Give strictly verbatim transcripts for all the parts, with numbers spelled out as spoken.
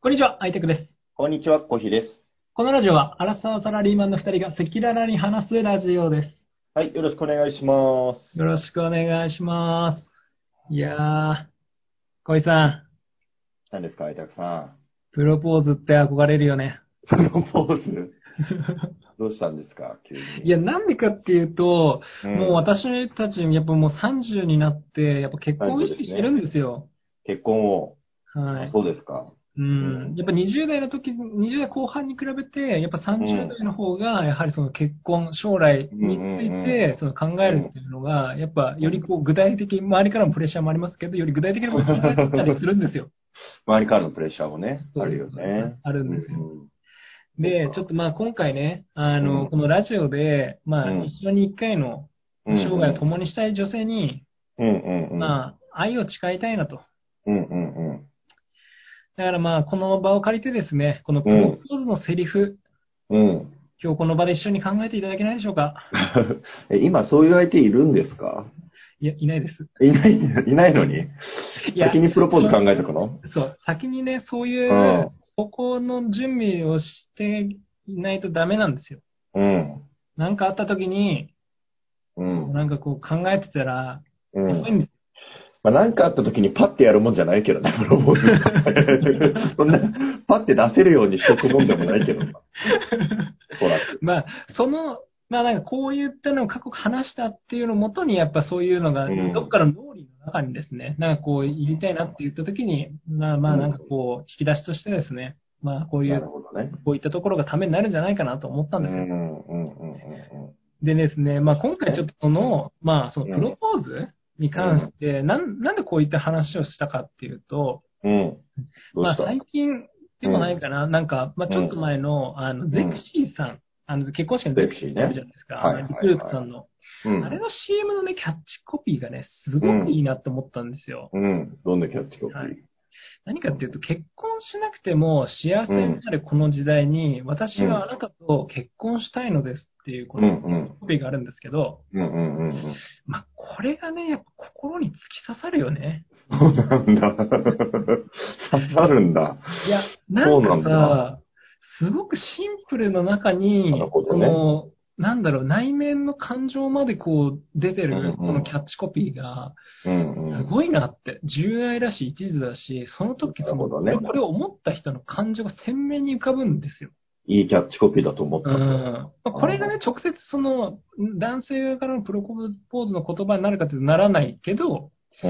こんにちは、アイテクです。 こんにちは、コーヒーです。 このラジオは、アラサーサラリーマンのふたりが赤裸々に話すラジオです。 はい、よろしくお願いします。 よろしくお願いします。いやー、小井さん、 何ですか、あいたくさプロポーズって憧れるよね。 ん。プロポーズどうしたんですか、急に。 いや、なんでかっていうと、もううん。 私たち、やっぱもうさんじゅうになって、やっぱ結婚をさんじゅう意識してるんですね。 ですよ。 結婚を。あ、 はい。 そうですか。 うん。 うん。 やっぱにじゅう代の時、にじゅう代後半に比べて、やっぱうん。 さんじゅう代の方が、やはりその結婚、将来うんうについんて、その考うん。うん。 えるっていうのが、やっぱうん。 よりこう具体的に、周りからもプレッシャーもありますけど、より具体的なことを考えてたりするんですよ。 周りからのプレッシャーもね、あるそうです、そうです。 よね。 あるんうんですよ。 うん。そうで、ちょっか。 とまあ今回ね、あの、 うん。 このラジオで、まあうん。 一緒に一回のうん生涯をうん。 共にしたい女性に、 うんうんうん。 まあ愛を誓いたいなと。 うんうんだからまあこの場を借りてですね、このうん。 プロポうん。 ーズのセリフ、 うん。 今日この場で一緒に考えていただけないでしょうか。 え、今そういう相手いるんですか？ いや、いないです。 いない、いないのにいや、 先にプロポーズそ、 考えとくの？ そう、先にね、そううん。 いう、そこの準備をしていないとダメなんですよ。 うん。 なんかあった時に、 うん。 なんかこう考えてたら、 うん。 遅いんですまあ、なんかあった時にパッてやるもんじゃないけどね、プロポーズっよ。 て。そんな、パッて出せるようにしとくもんでもないけどな。おそらく。 まあ、その、まあなんかこういったのを過去話したっていうのをもとに、やっぱそういうのが、どっうん。 かの脳裏の中にですね、なんかこう言いたいなって言った時に、まあまうん。 あなんかこう、引き出しとしてですね、まあこういなう、 るほどね。 こういったところがためになるんじゃないかなと思ったんうん。 ですよ。 うん。うん。うん。 でですね、まあ今回ちょっ確かにね。 とそうん。 の、まあそのうん。 プロポーズにうん。 関して、なん、なんでこういった話をしたかっていうと、 うん。どうまあした？ 最近でもないうん。 かな、なんか、まあちょっとうん。 前の、あの、ゼクうん。 シーさん、あの、結婚式のゼセクシーってあるじクシーね。 ゃないですか、あはいの、リクルートはいはい。 さんの。 うん。 あれの シーエム のね、キャッチコピーがね、すごくいいうん。 なと思ったんですよ。 うん。どんなキャッチコピはい。 ー？ 何かっていうと、結婚しなくても幸せにうん。 なるこの時代に、私うん。 はあなたと結婚したいのですっていう、こうん。 のうん。 コピーがあるんですけど、 うん。うん。うん。 まあ、これがね、やっぱ心に突き刺さるよね。 そうなんだ。刺さるんだ。 いや、なんかそうなんだ。 さ、すごくシンプルの中なるに、そほどね。 の、なんだろう、内面の感情までこう出てうんる、このキうん。 ャッチコピーが、 うんうん。 すごいなって、純愛だし、一途だし、その時、 なるその、 ほどね。 これこれを思った人の感情が鮮明に浮かぶんですよ。 いいキャッチコピーだと思っうん。 たと。 まあ、これがね、直接その、男性側からのプロポーズの言葉になるかというとならないけど、 うん。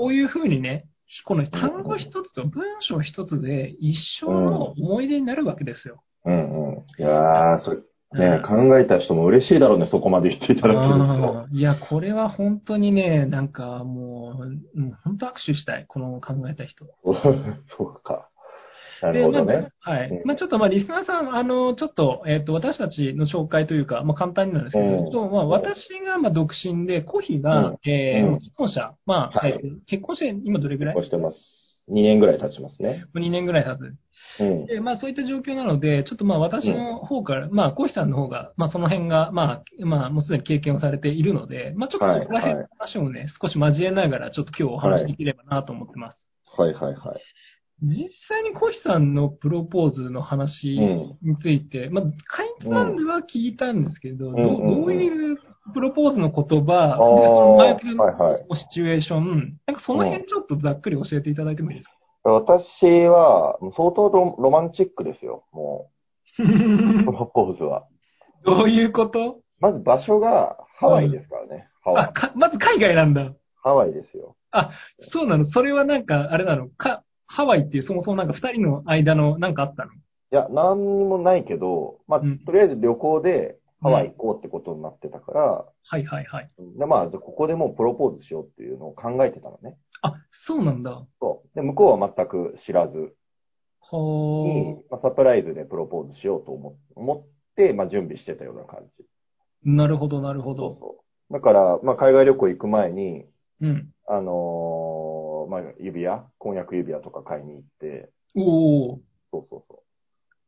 こういうふうにね、このうん単語一つと文章一つで一う生のん。 思い出になるわけですよ。 うんうん。いやー、それ、ね、 うん。 考えた人も嬉しいだろうね、そこまで言っていただけると。 ああ、いや、これは本当にね、なんかもう、うん、本当握手したい。この考えた人。 そうか。なるで、まあ、じほどね。 はい。まあ、 うん。 ちょっと、まあ、リスナーさん、あの、ちょっと、えっと、私たちの紹介というか、まあ、簡単になんですけど、 うん。 と、まあ、 うん。 私が、まあ、独身で、コヒが、 うん。うえー、まあん。 既婚者、まあ、えっと、 はい。 結婚して今どれぐ結らい婚してます。にねんぐらい経ちますね。 ?に 年ぐらい経つ。 うん。 で、まあ、そういった状況なので、ちょっとまあ、私うん。 の方から、まあ、コヒさんの方が、まあ、その辺が、まあ、まあ、もうすでに経験をされているので、まあ、ちょっとはい、 そこら辺のはい、 話をね、少し交えながら、ちょっと今日お話しではい、 きればなと思ってます。 はい、はい、はい。 実際にコヒさんのプロポーズの話うん、 について、まあ、かいつうん、 まんでは聞いたんですけど、 うん、 どう、どううん、うん。 いうプロポーズの言あ葉、で、そのあ、 相手のはい、はい。 シチュエーション、なんかそのうん。 辺ちょっとざっくり教えていただいてもいいですか？ 私は、相当ロ、ロマンチックですよ。もう、プロポーズは。 どういうこと？ まず場所がハワイでうん。 すからね。ハあ、 ワイ。 か、まず海外なんだ。 ハワイですよ。 あ、そうなの。それはなんか、あれなの。か、ハワイっていうそもそもなんか二人の間のなんかあったの？ いや、なんにもないけど、まあ、 うん。 とりあえず旅行でハワイうん。 行こうってことになってたから、 はいはいはい。 で、まあ、じゃあここでもうプロポーズしようっていうのを考えてたのね。 あ、そうなんだ。 そう。で、向こうは全く知らず、に、 はあ。 まあ、サプライズでプロポーズしようと思思って、まあ、準備してたような感じ。 なるほどなるほど。 そうそう。だから、まあ、海外旅行行く前に、 うん。 あのーまあ、指輪、婚約指輪とか買いに行って、 おお。 そうそうそう。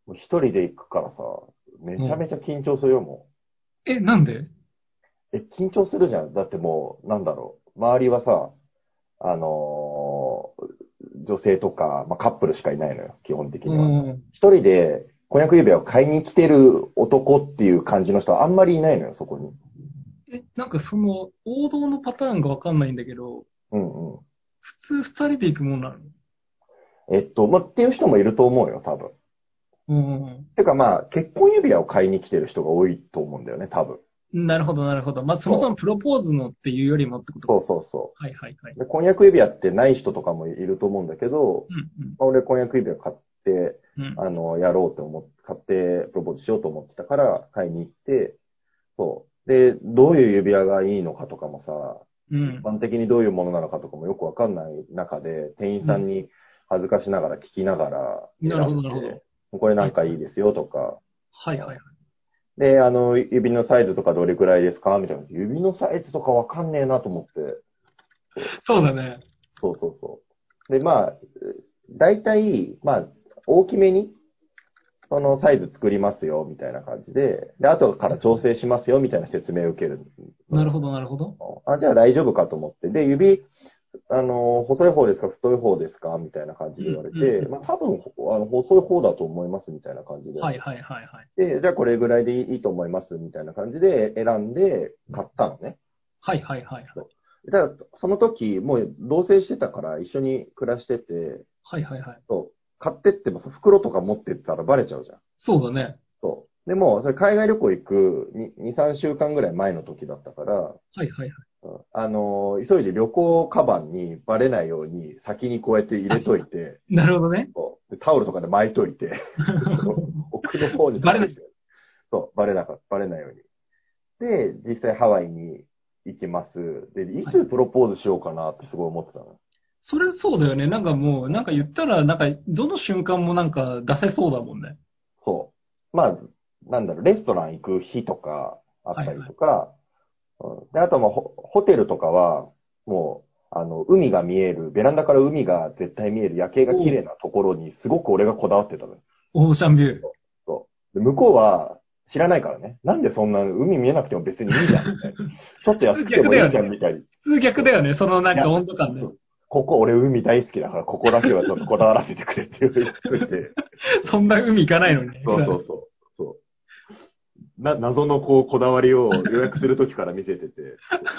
もう一人で行くからさ、めちゃうん。 めちゃ緊張するよ、もえ、なんで？ う。え、緊張するじゃん。だってもう、なんだろう。周りはさ、あのー女性とか、まあ、カップルしかいないのよ、基本的には。 うん一人で婚約指輪を買いに来てる男っていう感じの人はあんまりいないのよ、そこに。 え、なんかその、王道のパターンがわかんないんだけど、 うんうん。 普通二人で行くもんなの？ えっと、まあ、っていう人もいると思うよ、多分。 うんてかまあ、結婚指輪を買いに来てる人が多いと思うんだよね、多分。 うん。なるほど、なるほど。まあ、そもそもプロポーズのっていうよりもってことか。 そうそうそはいはいはい。 う。で、婚約指輪ってない人とかもいると思うんだけど、 うんまあ、俺婚約指輪買って、 うん。うん。 あの、やろうと思って、買ってプロポーズしようと思ってたから買いに行って、そう。で、どういう指輪がいいのかとかもさ、一うん。 般的にどういうものなのかとかもよくわかんない中で、店員うん。 さんに恥ずかしながら聞きながら選なるほど、 んなるほど。 で、これなはいんかいいですよとか、 はいはいはい。 で、あの、指のサイズとかどれくらいですかみたいな。指のサイズとかわかんねえなと思って。 そうだね。 そうそうそう。で、まあ、大体、まあ、大きめに、そのサイズ作りますよ、みたいな感じで、で、後から調整しますよ、みたいな説明を受けるのよ。 なるほど、なるほど。 あ、じゃあ大丈夫かと思って。で、指、あの、細い方ですか、太い方ですかみたいな感じうんで言われて、 うんうん。 まあ多分、あの、細い方だと思います、みたいな感じで。 はいはいはいはい。 で、じゃあこれぐらいでいいと思います、みたいな感じで選んで買ったのね。 はいはいはいはい。 そう。ただ、その時、もう同棲してたから一緒に暮らしてて、 はいはいはい。 そう。買ってってもさ、袋とか持ってったらバレちゃうじゃん。 そうだね。 そう。でも、それ海外旅行行くに、さんしゅうかんぐらい前の時だったから、 はいはいはい。 うんあのー急いで旅行カバンにバレないように先にこうやって入れといて、 なるほどね。 そうでタオルとかで巻いといて、その奥の方にバレない。 隠して、そう、バレなかった、バレないように。で、実際ハワイに行きます。で、いはい。 つプロポーズしようかなってすごい思ってたの。 それそうだよね。なんかもう、なんか言ったら、なんか、どの瞬間もなんか出せそうだもんね。 そう。まあ、なんだろう、レストラン行く日とかあったりはいはい。 とか、うん、で、あとはもうホ、ホテルとかは、もう、あの、海が見える、ベランダから海が絶対見える夜景が綺お麗なところに、すごく俺がこだわってたのよ。 オーシャンビュー。 そうで向こうは知らないからね。なんでそんな海見えなくても別にいいじゃん、みたいな。ちょっと安普通くてもいいじゃん、 逆だよね。 みたいに。 普通逆だよね。そのなんかいや、 温度感ね。 ここ俺海大好きだから、ここだけはちょっとこだわらせてくれって言っといて。 そんな海行かないのにね。 そうそうそう。そうな、謎のこう、こだわりを予約するときから見せてて。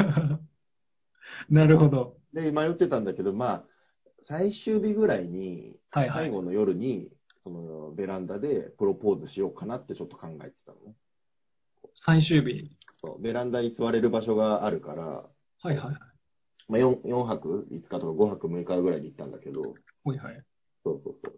なるほど。 で、迷ってたんだけど、まあ、最終日ぐらいに、 はいはい。 最後の夜に、そのベランダでプロポーズしようかなってちょっと考えてたのね。 最終日。 そうベランダに座れる場所があるから、 はいはいはい。 まあ、4, 4泊いつかとかごはくむいかぐらいで行ったんだけど、 はいはい。 そうそうそう。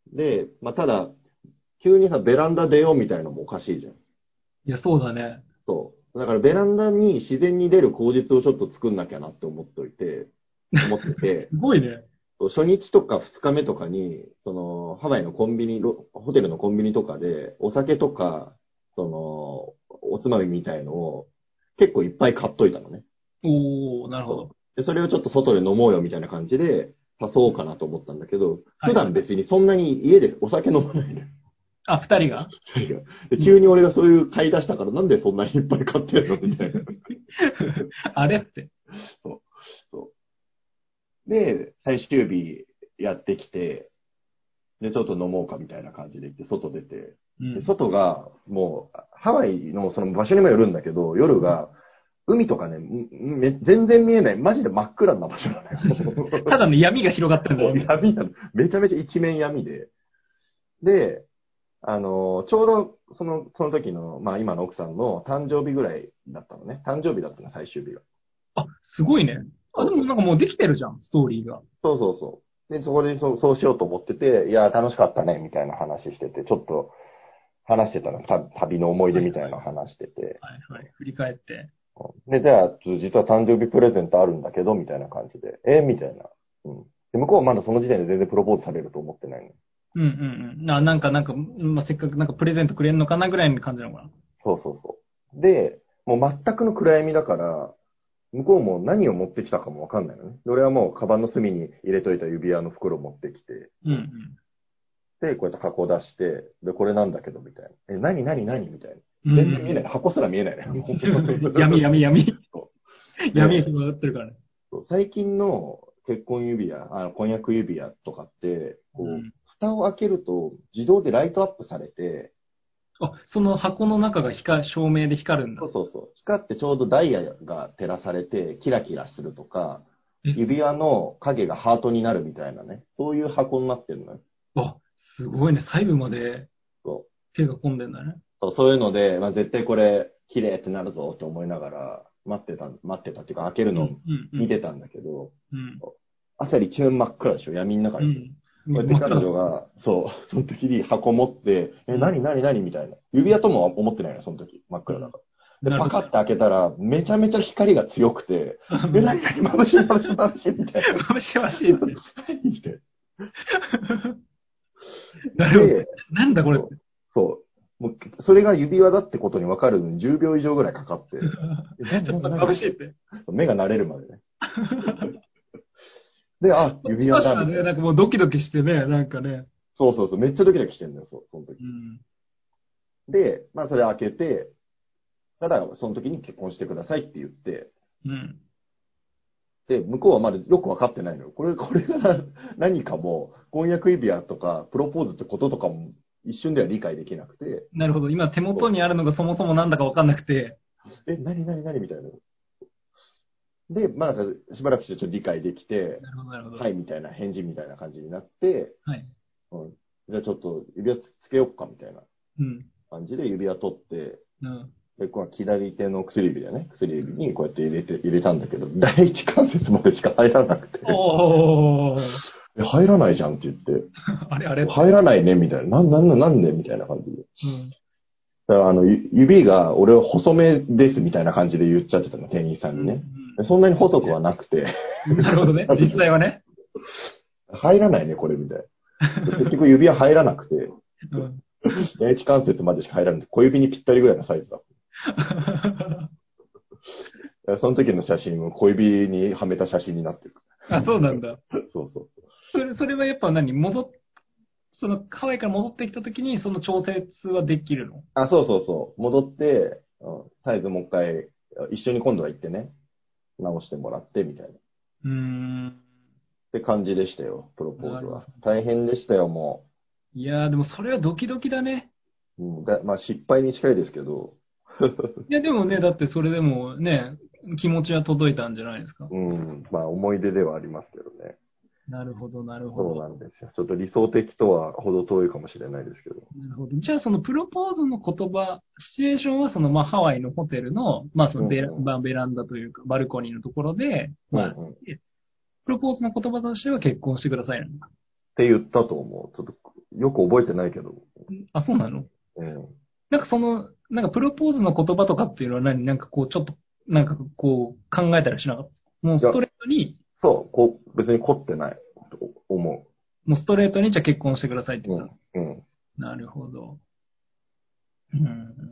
で、まあ、ただ、急にさ、ベランダ出ようみたいなのもおかしいじゃん。 いや、そうだね。 そう。だからベランダに自然に出る口実をちょっと作んなきゃなって思っておいて、思ってて、 すごいね。 初日とかふつかめとかに、その、ハワイのコンビニ、ロホテルのコンビニとかで、お酒とか、その、おつまみみたいのを結構いっぱい買っといたのね。 おー、なるほど。 そう。で、それをちょっと外で飲もうよみたいな感じで、誘おうかなと思ったんだけど、 はい普段別にそんなに家でお酒飲まないのよ。 あ、二人が二人がで急に俺がそういう買い出したから、なんでそんなにいっぱい買ってんのみたいな。 あれって。 そう。そうで、最終日やってきて、で、ちょっと飲もうかみたいな感じで行って、外出て、でうん。 外が、もう、ハワイのその場所にもよるんだけど、夜が、海とかね、め全然見えない、マジで真っ暗な場所なのよ。 ただの闇が広がってるんだよね。 闇なの。めちゃめちゃ一面闇で。で、あの、ちょうど、その、その時の、まあ今の奥さんの誕生日ぐらいだったのね。誕生日だったの、最終日が。 あ、すごいね。あ、でもなんかもうできてるじゃん、ストーリーが。 そうそうそう。で、そこでそうそうしようと思ってて、いや、楽しかったね、みたいな話してて、ちょっと話してたの。た旅の思い出みたいな話してて。 はいはい。振り返って。 で、じゃあ、実は誕生日プレゼントあるんだけど、みたいな感じで。えみたいな。うん。で、向こうはまだその時点で全然プロポーズされると思ってないの。 うんうんうん。あ、なんかなんか、まあ、せっかくなんかプレゼントくれんのかなぐらいの感じなのかな。 そうそうそう。で、もう全くの暗闇だから、向こうも何を持ってきたかもわかんないのね。で俺はもうカバンの隅に入れといた指輪の袋を持ってきて、 うんうん。 で、こうやって箱出して、で、これなんだけど、みたいな。え、何何何みたいな。 うん全然見えない。箱すら見えないね。 闇闇闇。 そ闇がうで、 広がってるからね。 最近の結婚指輪、あの婚約指輪とかって、こう、 うん、 蓋を開けると自動でライトアップされて、 あ、その箱の中が光、照明で光るんだ。 そうそうそう。光ってちょうどダイヤが照らされてキラキラするとか、 え、 指輪の影がハートになるみたいなね。そういう箱になってるのよ。 あ、すごいね。細部までそう手が込んでんだね。 そう、そういうので、まあ、絶対これ綺麗ってなるぞって思いながら待ってた、待ってたっていうか開けるのをうん、うん、うん。 見てたんだけど、 うん。 朝一面真っ暗でしょ闇の中でしょ。 うん。 こうやって彼真っ暗だ。 女が、そう、その時に箱持って、え、 うん。 何何何みたいな。指輪とも思ってないの、その時。真っうん。 暗だから。で、 なるほど。 パカって開けたら、めちゃめちゃ光が強くて、え、何何眩しい眩しい眩しいみたいな。 眩しい眩しいって。 みたいなるほど。 で、 なんだこれって。 そう、そう。もう、それが指輪だってことに分かるのにじゅうびょう以上ぐらいかかって、え、何ちょっと何何って。 眩しいって。 目が慣れるまでね。で、あ、指輪少しはね、 だみたいな。 なんかもうドキドキしてね、なんかね。 そうそうそう、めっちゃドキドキしてんだよ、そう、その時。 うん。 で、まあそれ開けて、ただその時に結婚してくださいって言って、 うん。 で、向こうはまだよく分かってないのよ。これ、これが何かも、婚約指輪とか、プロポーズってこととかも一瞬では理解できなくて、 なるほど。今手元そにあるのがそもそもなんだかわかんなくて。 うえ、何何何みたいな。で、まあなんかしばらくしてちょっと理解できて、 なるほど、なるほど。 はいみたいな返事みたいな感じになって、 はい。 うん、じゃあちょっと指輪つつけようかみたいなうん。 感じで指輪取って、 うん。 で、この左手の薬指だね。薬指にこうやって入れて、入れたんだけど、第一関節までしか入らなくて、 おー。 え、入らないじゃんって言って、 あれあれって。 入らないねみたいな。なん、なん、なんでみたいな感じで。 うん。 だからあの、ゆ指が俺は細めですみたいな感じで言っちゃってたの、店員さんうん。 にね。そんなに細くはなくて、 うん。なるほどね。実際はね。 入らないね、これみたいな。結局指輪入らなくて、 うん。 第一関節までしか入らなくて、小指にぴったりぐらいのサイズだ。その時の写真も小指にはめた写真になってる。 あ、そうなんだ。 そうそう。 それ、それはやっぱ何戻っ、そのハワイから戻ってきた時にその調節はできるの？ あ、そうそうそう。戻って、うん、サイズもう一回、一緒に今度は行ってね、直してもらって、みたいな。っうーん。 て感じでしたよ、プロポーなるほど。 ズは。大変でしたよ、もいやー、でもそれはドキドキだね。 う。うん、だまあ失敗に近いですけど、 いや、でもね、だってそれでもね、気持ちは届いたんじゃないですか。 うん、まあ思い出ではありますけどね。 なるほど、なるほそうど。 なんですよ。ちょっと理想的とは程遠いかもしれないですけど。 なるほど。じゃあ、そのプロポーズの言葉、シチュエーションは、その、まあ、ハワイのホテルの、まあ、そのベラ、 うんうん。 まあベランダというか、バルコニーのところで、まあ、 うんうん。っプロポーズの言葉としては結婚してくださいなんだ。 て言ったと思う。ちょっとよく覚えてないけど。 あ、そうなの？ うん。 なんかその、なんかプロポーズの言葉とかっていうのは何なんかこう、ちょっと、なんかこう、考えたりしなかった？もういや、 ストレートに、 そう、こう、別に凝ってないと思もうストレートにじゃあ結婚してくださいってう。 言ったの？ うん。うん。 なるほど。うん。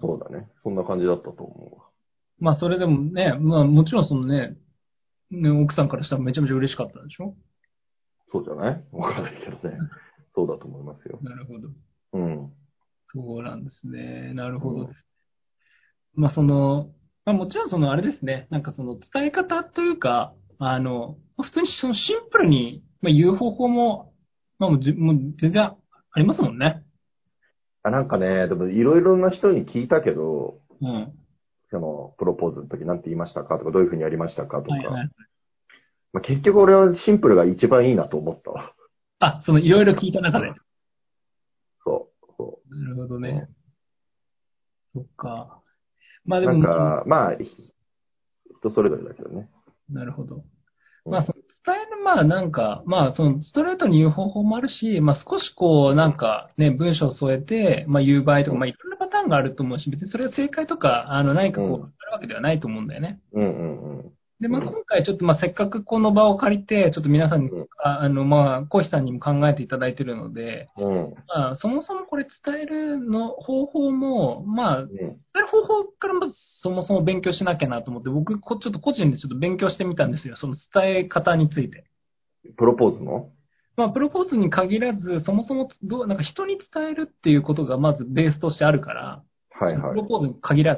そうだね。そんな感じだったと思うわ。 まあ、それでもね、まあ、もちろんそのね、ね、奥さんからしたらめちゃめちゃ嬉しかったでしょ？ そうじゃないわからないけどね。そうだと思いますよ。 なるほど。 うん。 そうなんですね。なるほどうん。 です。まあ、その、まあ、もちろんそのあれですね。なんかその伝え方というか、あの、普通にそのシンプルに、まあ、言う方法も、まあ、もうじもう全然ありますもんね。 あ、なんかね、でもいろいろな人に聞いたけど、 うん。 その、プロポーズの時なんて言いましたかとか、どういうふうにやりましたかとか。 はいはい。 まあ、結局俺はシンプルが一番いいなと思ったわ。 あ、そのいろいろ聞いた中で。 そう、そなるほどう。うね。 ん。 そっか。まあでなんも、 か、まあ、人それぞれだけどね。 なるほど。まあ、そうん。 の伝える、まあなんか、まあそのストレートに言う方法もあるし、まあ少しこうなんかね、文章を添えて、まあ言う場合とか、まあうん。 いろんなパターンがあると思うし、別にそれが正解とか、あの何かこう、 うん。 あるわけではないと思うんだよね。 うん。うん。 で、まあ、 うん。 今回ちょっと、まあ、せっかくこの場を借りて、ちょっと皆さんに、 うん。 ああの、まあ、コヒさんにも考えていただいているので、 うん。 まあ、そもそもこれ伝えるの方法も、まあ、伝うん。 える方法からまずそもそも勉強しなきゃなと思って、僕、こちょっと個人でちょっと勉強してみたんですよ。その伝え方について。 プロポーズのまあ、プロポーズに限らず、そもそもどう、なんか人に伝えるっていうことがまずベースとしてあるから、そのプはいはい。 ロポーズに限らずね。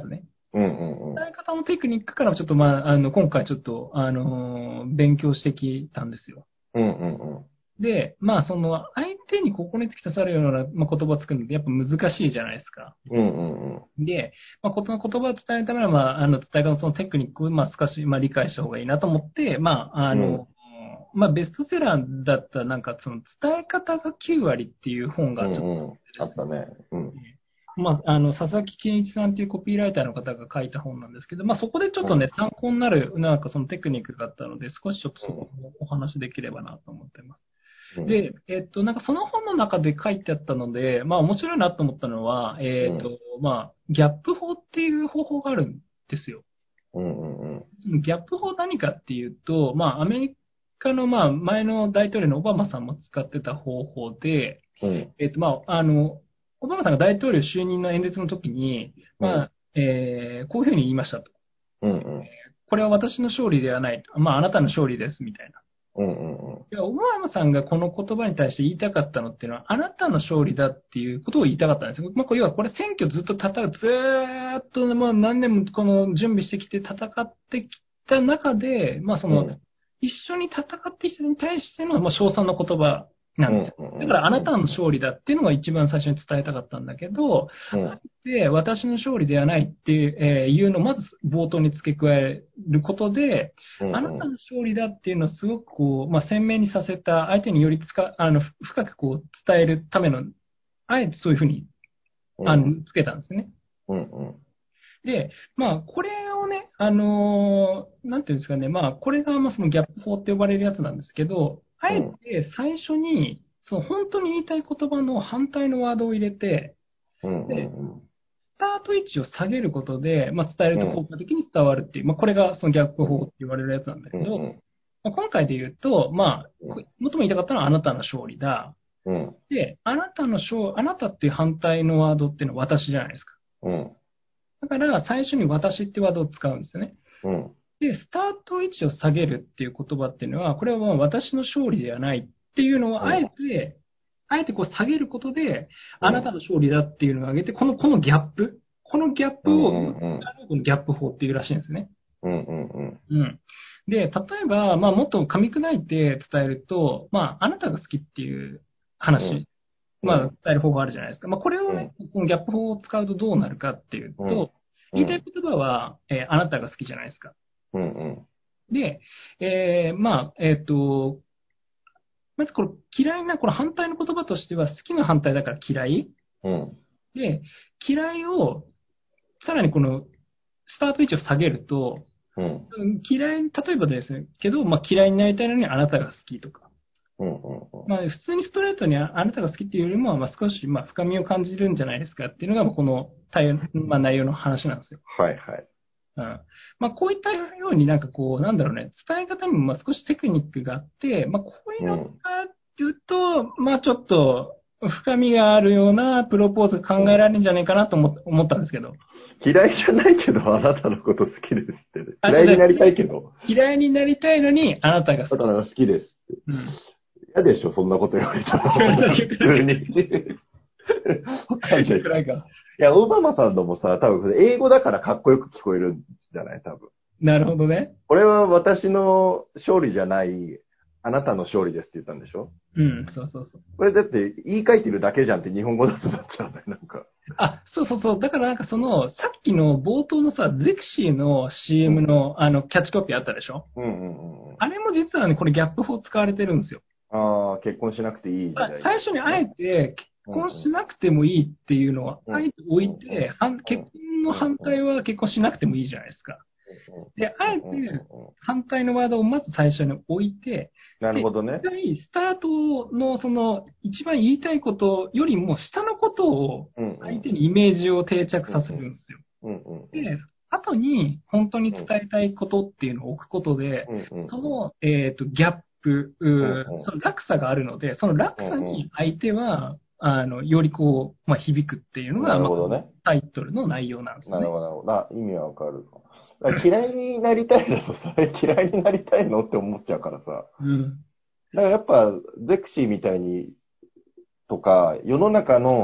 うんうんうん。 伝え方のテクニックからちょっと、まあ、あの、今回ちょっと、あのー勉強してきたんですよ。 うんうんうん。 で、まあ、その、相手にここに突き刺さるような、まあ、言葉を作るのってやっぱ難しいじゃないですか。 うんうんうん。 で、まあ、この言葉を伝えるためには、まあ、あの、伝え方のそのテクニックを、まあ、少し、まあ、理解した方がいいなと思って、まあ、あうんの、まあ、ベストセラーだった、なんか、その、伝え方がきゅう割っていう本うがちょっとんうん。あですね、 ったね。うん。 まあ、あの、佐々木健一さんっていうコピーライターの方が書いた本なんですけど、まあ、そこでちょっうんとね、参考になる、なんかそのテクニックがあったので、少しちょっとそこうもお話できればなと思ってます。 んうん。 で、えっと、なんかその本の中で書いてあったので、まあ面白いなと思ったのは、えっと、まあ、ギャップ法っていう方法があるんですよ。 うんうんうん。 そのギャップ法何かっていうと、まあアメリカのまあ前の大統領のオバマさんも使ってた方法で、 うんえっと、まあ、あの、オバマさんが大統領就任の演説の時に、まあ、えーこういうふうに言いましたと。 うんうん。 これは私の勝利ではない。まあ、あなたの勝利です、みたいな。 うんうんうん。 いや、オバマさんがこの言葉に対して言いたかったのっていうのは、あなたの勝利だっていうことを言いたかったんですよ。まあ、これ要はこれ選挙ずっと戦う、ずーっともう何年もこの準備してきて戦ってきた中で、まあその、 うん一緒に戦ってきた人に対しての、まあ、称賛の言葉なうんんですよ。だからあなたのうん勝利だっていうのが一番最初に伝えたかったんだけど、 うんで、私の勝利ではないっていう、えーいうのをまず冒頭に付け加えることで、 うんあなたの勝利だっていうのをすごくこう、まあ、鮮明にさせた、相手によりつか、あの、深くこう伝えるための、あえてそういうふうに、あの、つけたんですね。 うんうんで、まあ、これをね、あのーなんていうんですかね、まあ、これがまあそのギャップ法って呼ばれるやつなんですけど、あえて最初に、その本当に言いたい言葉の反対のワードを入れて、 うんで、スタート位置を下げることで、まあ、伝えると効果的に伝わるっていう、まあ、これがそのギャップ法って言われるやつなんだけど、まあ、今回で言うと、まあ、こもっとも言いたかったのはあなたの勝利だ。 うんで、あなたの勝、あなたっていう反対のワードっていうのは私じゃないですか。 うんだから最初に私ってワードを使うんですよね。 うんで、スタート位置を下げるっていう言葉っていうのは、これはもう私の勝利ではないっていうのをあえて、あえてこう下げることで、あなたの勝利だっていうのを挙げて、この、このギャップ、このギャップを、このギャップ法っていうらしいんですね。 うんうんうんうん。で、例えば、まあ、もっと噛み砕いて伝えると、まあ、あなたが好きっていう話、まあ、伝える方法あるじゃないですか。まあ、これをね、このギャップ法を使うとどうなるかっていうと、言いたい言葉は、えーあなたが好きじゃないですか。 うんうんで、えーまあ、えっと、まずこれ嫌いな、これ反対の言葉としては、好きの反対だから嫌い。 うんで、嫌いを、さらにこの、スタート位置を下げると、 うんうん嫌い、例えばですね、けど、まあ嫌いになりたいのにあなたが好きとか。 うんうんまあ普通にストレートにああなたが好きっていうよりも、まあ少し、まあ深みを感じるんじゃないですかっていうのが、この対応、まあ内容の話なんですよ。 はいはい。 うん。まあこういったようになんかこう、なんだろうね、伝え方にもまあ少しテクニックがあって、まあこういうのを使うと、まあちょっと深みがあるようなプロポーズが考えられるんじゃないかなと思思ったんですけど。 嫌いじゃないけど、あなたのこと好きですってね。 あ嫌いになりたいけど、 嫌いになりたいのにあなたが好き。 あなたが好きですって。 うん。 嫌でしょ、そんなこと言われたら。普通に。わかんない。 くらいか。 いや、オバマさんのもさ、多分英語だからかっこよく聞こえるんじゃない多分。 なるほどね。 これは私の勝利じゃない、あなたの勝利ですって言ったんでしょ？ うん、そうそうそう。 これだって言い換えてるだけじゃんって日本語だとなっちゃうね、なんか。 あ、そうそうそう。だからなんかその、さっきの冒頭のさ、ゼクシーの シーエム の、あの、キャッチコピーあったでしょ？ うんうんうん。 あれも実はね、これギャップ法使われてるんですよ。 ああ、結婚しなくていい時代、ね。 最初にあえて、結婚しなくてもいいっていうのは、あえて置いて、反結婚の反対は結婚しなくてもいいじゃないですか。で、あえて反対のワードをまず最初に置いて、 なるほどね。 で、スタートのその一番言いたいことよりも下のことを相手にイメージを定着させるんですよ。で、後に本当に伝えたいことっていうのを置くことで、その、えっと、ギャップ、その落差があるので、その落差に相手は、あの、よりこう、まあ、響くっていうのが、 なるほどね、 タイトルの内容なんですね。 なるほど、なるほど。あ、意味はわかる。嫌いになりたいだとさ、嫌いになりたいのって思っちゃうからさ。 うん。 だからやっぱ、ゼクシーみたいに、とか、世の中の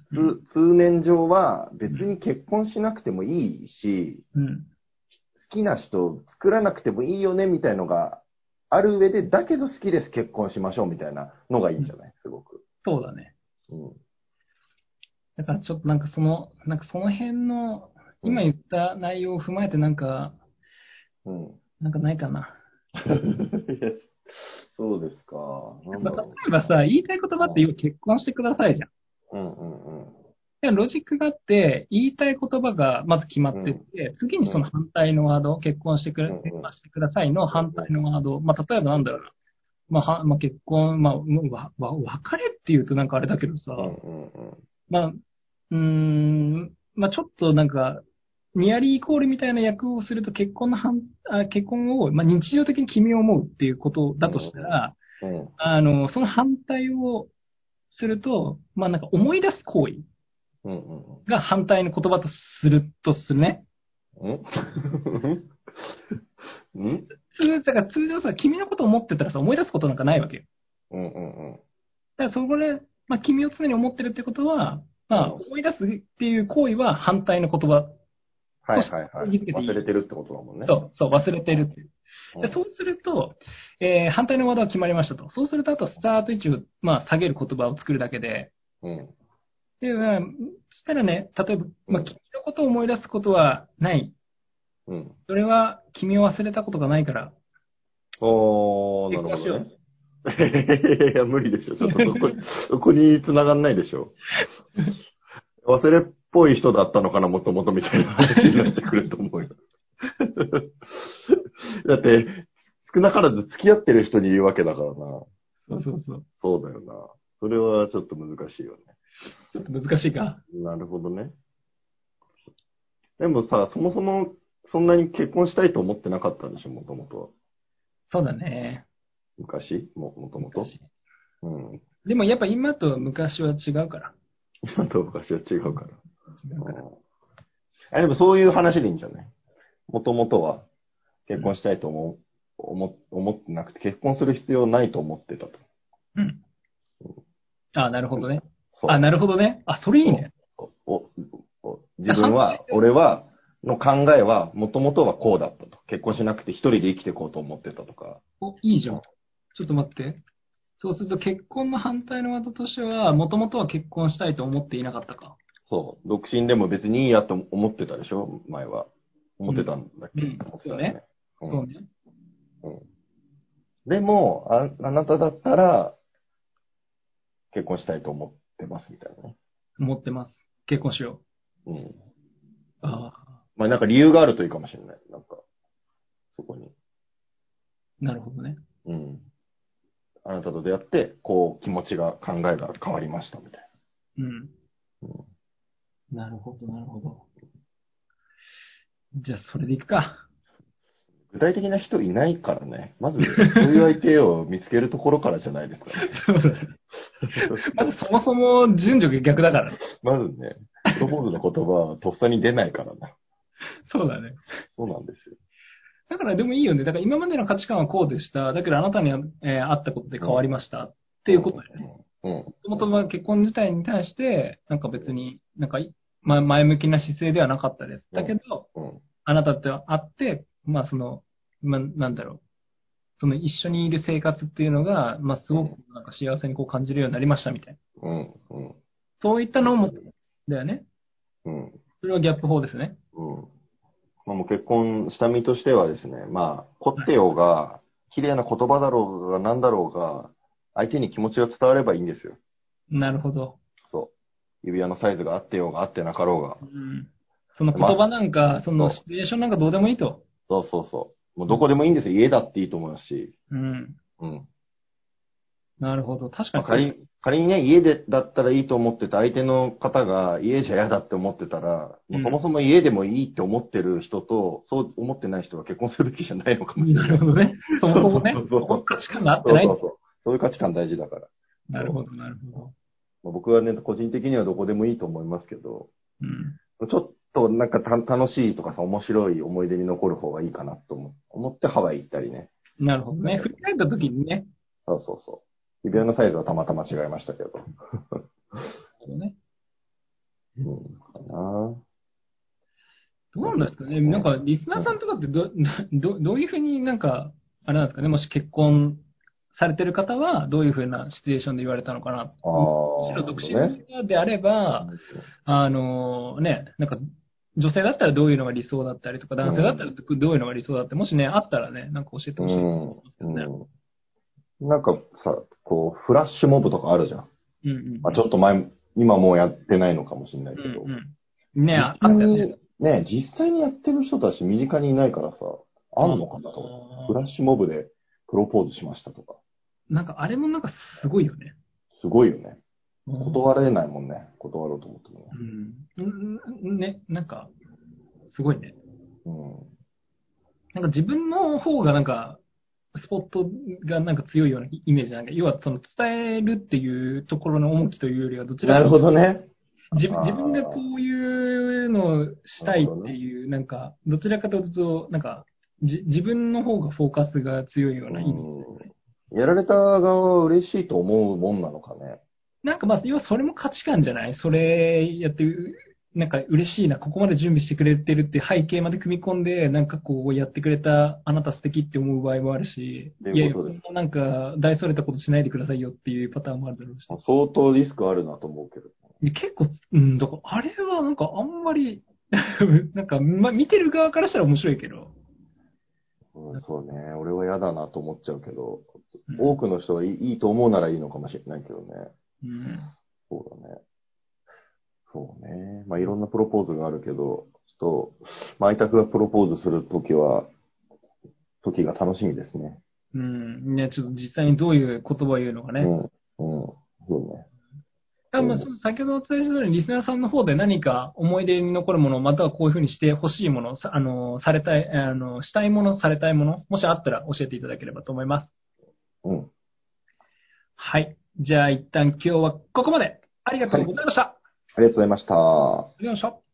通通念上は別に結婚しなくてもいいし、 うん。 好きな人を作らなくてもいいよねみたいのがある上で、だけど好きです、結婚しましょうみたいなのがいいんじゃないすごく。 そうだね。 うん。 だからちょっとなんかその、なんかその辺の、 うん。 今言った内容を踏まえてなんか、 うん。 なんかないかな。 いやそうですか。なんまあ、例だろえばさ、言いたい言葉って要は結婚してくださいじゃん。 う。うんうんうん。 でロジックがあって、言いたい言葉がまず決まってっうんて、次にそのうん。 反対のワード、結婚してくれ、 うんうん。 結婚してくださいの反対のワード、まあ、例えばなんだろうな。まあ、はまあ、結婚、まあ、うんわ、わ、別れって言うとなんかあれだけどさ、 うんうんうん。 まあ、うーん、まあ、ちょっとなんか、ニアリーイコールみたいな役をすると結婚の反、あ、結婚を、まあ、日常的に君を思うっていうことだとしたら、 うんうん。 あの、その反対をすると、まあ、なんか思い出す行為うんうんが反対の言葉とするとするね。 うん。うん通、だから通常さ、君のことを思ってたらさ、思い出すことなんかないわけよ。 うんうんうん。 だからそこで、まあ、君を常に思ってるってことは、まあ、 うん。 思い出すっていう行為は反対の言葉はとしていはいはい。 気づけていい。 忘れてるってことだもんね。 そう、そう、忘れてるっていう。 うん。 でそうすると、えー反対のワードは決まりましたと。そうすると、あとスタート位置を、まあ、下げる言葉を作るだけで、 うん。 で、まあ、そしたらね、例えば、まあ、 うん。 君のことを思い出すことはない。 うん。 それは君を忘れたことがないから、 おー、な結婚しよるほどね。いや、無理でしょ。ちょっとそこに、そこに繋がんないでしょ。忘れっぽい人だったのかな、もともとみたいな話になってくると思うよ。だって、少なからず付き合ってる人に言うわけだからな。 う。そうそうそう。 そうだよな。それはちょっと難しいよね。 ちょっと難しいか。 なるほどね。でもさ、そもそもそんなに結婚したいと思ってなかったんでしょ、もともとは。 そうだね。 昔も、もともと。 昔。 うん。 でもやっぱ今と昔は違うから。 今と昔は違うから。 違うから。 うん。あ、でもそういう話でいいんじゃないもともとは結婚うん。 したいと思う、思、思ってなくて、結婚する必要ないと思ってたと。 うん。あ、なるほどね。あ、 そう。 なるほどね。あ、それいいそう。 ね。 そうおお自分反対は、俺は、の考えは、もともとはこうだったと。結婚しなくて一人で生きていこうと思ってたとか。 お、いいじゃうんん。ちょっと待って。そうすると結婚の反対のワードとしては、もともとは結婚したいと思っていなかったか。 そう。独身でも別にいいやと思ってたでしょ前は。思ってうん。 たんだっけうん。そうね。 思ってたよね。うん。 そうね。 うん。でも、あ、あなただったら結婚したいと思ってますみたいなね。 思ってます。結婚しようん。 う。ああ、 まあなんか理由があるといいかもしれない。なんか、そこに。 なるほどね。 うん。あなたと出会って、こう気持ちが、考えが変わりましたみたいうん。 な。うんなるほど、なるほど。じゃあ、それでいくか。 具体的な人いないからね。まず、そういう相手を見つけるところからじゃないですかね。 そうだね。まずそもそも順序が逆だからね。 まずね、プロポーズの言葉はとっさに出ないからな。 そうだね。 そうなんですよ。 だからでもいいよね。だから今までの価値観はこうでした。だけどあなたには、えー会ったことで変わりました。っていうことだよね。 うん。うん。 もともとは結婚自体に対して、なんか別に、なんかい、ま、前向きな姿勢ではなかったです。 うん。 だけど、 うん。 あなたと会って、まあその、まあなんだろう。その一緒にいる生活っていうのが、まあすごくうん。 なんか幸せにこう感じるようになりましたみたいな。 うん。うん。 そういったのも、だよね。 うん。 それはギャップ法ですね。 うん。まあもう結婚した身としてはですね、まあ、凝はい。 ってようが、綺麗な言葉だろうが何だろうが、相手に気持ちが伝わればいいんですよ。 なるほど。 そう。指輪のサイズが合ってようが合ってなかろうが。 うん。その言まあ、 葉なんか、そのそう。 シチュエーションなんかどうでもいいと。 そうそうそう。もうどうん。 こでもいいんですよ。家だっていいと思うし。 うん。 うん。 なるほど。確かまあ、 にそうだ。 仮に、仮にね、家でだったらいいと思ってた相手の方が家じゃ嫌だって思ってたら、もうそもうん。 そも家でもいいって思ってる人と、そう思ってない人は結婚するべきじゃないのかもしれなない。 るほどね。そもそうそもね、 そうそうそうそこの価値観が合ってない。 そうそうそう。そういう価値観大事だから。そなるほど、なるほど。 う。まあ僕はね、個人的にはどこでもいいと思いますけど、 うん。 ちょっとなんかた楽しいとかさ、面白い思い出に残る方がいいかなと思思ってハワイ行ったりね。 なるほどね。振り返った時にね。 そうそうそう。指輪のサイズはたまたま違いましたけど。 なるほどね。 どうなんですかね。なんか、リスナーさんとかってど、ど、どういうふうになんか、あれなんですかね。もし結婚されてる方は、どういうふうなシチュエーションで言われたのかな。 ああ、 むしろ独身のなるほどね。 方であれば、あのね、なんか、女性だったらどういうのが理想だったりとか、男性だったらどういうのが理想だって、もしね、あったらね、なんか教えてうほしいとん。 思いますけどね。 うん。なんかさ、こう、フラッシュモブとかあるじゃん。 うんうんまあ、ちょっと前、今もうやってないのかもしれないうん。 けど、 うんうん。ね、 実ああったよね。 際に、ね、実際にやってる人たち身近にいないからさ、ああんのかなと思って。フラッーシュモブでプロポーズしましたとか。 なんか、あれもなんかすごいよね。 すごいよね。 うん断れないもんね。断ろうと思ってもね。 うん。うんね、なんか、すごいね。 うん。 なんか自分の方がなんか、スポットがなんか強いようなイメージなんか、要はその伝えるっていうところの重きというよりは、どちらかなるほどね。 自分、自分がこあういうのをしあ、なたいっるほどね。 ていう、なんか、どちらかというと、なんか、じ、自分の方がフォーカスが強いようなイメージ。 うん。やられた側は嬉しいと思うもんなのかね。 なんかまあ、要はそれも価値観じゃない？それやって、なんか嬉しいな、ここまで準備してくれてるって背景まで組み込んで、なんかこうやってくれたあなた素敵って思う場合もあるし、 といいやいや、 うことです。 こんななんか大それたことしないでくださいよっていうパターンもあるだろうし。 相当リスクあるなと思うけど。 いや結構、うん、だからあれはなんかあんまり、なんか、まあ、見てる側からしたら面白いけど、 うん、そうね。俺は嫌だなと思っちゃうけど、 うん、 多くの人がいい、いいと思うならいいのかもしれないけどね。 うん、 そうだね。そうね。まあ、いろんなプロポーズがあるけど、ちょっと、まあ、愛拓がプロポーズするときは、時が楽しみですね。 うん、ね、ちょっと実際にどういう言葉を言うのかね。 うん。うん。そうね。 あ、まあ、そう先ほどお伝えしたように、リスナーさんの方で何か思い出に残るもの、またはこういうふうにしてほしいもの、さあの、されたい、あの、したいもの、されたいもの、もしあったら教えていただければと思います。 うん。 はい。じゃあ一旦今日はここまで。ありがとうはい。 ございました。あありがとうございました。 りがとうございました。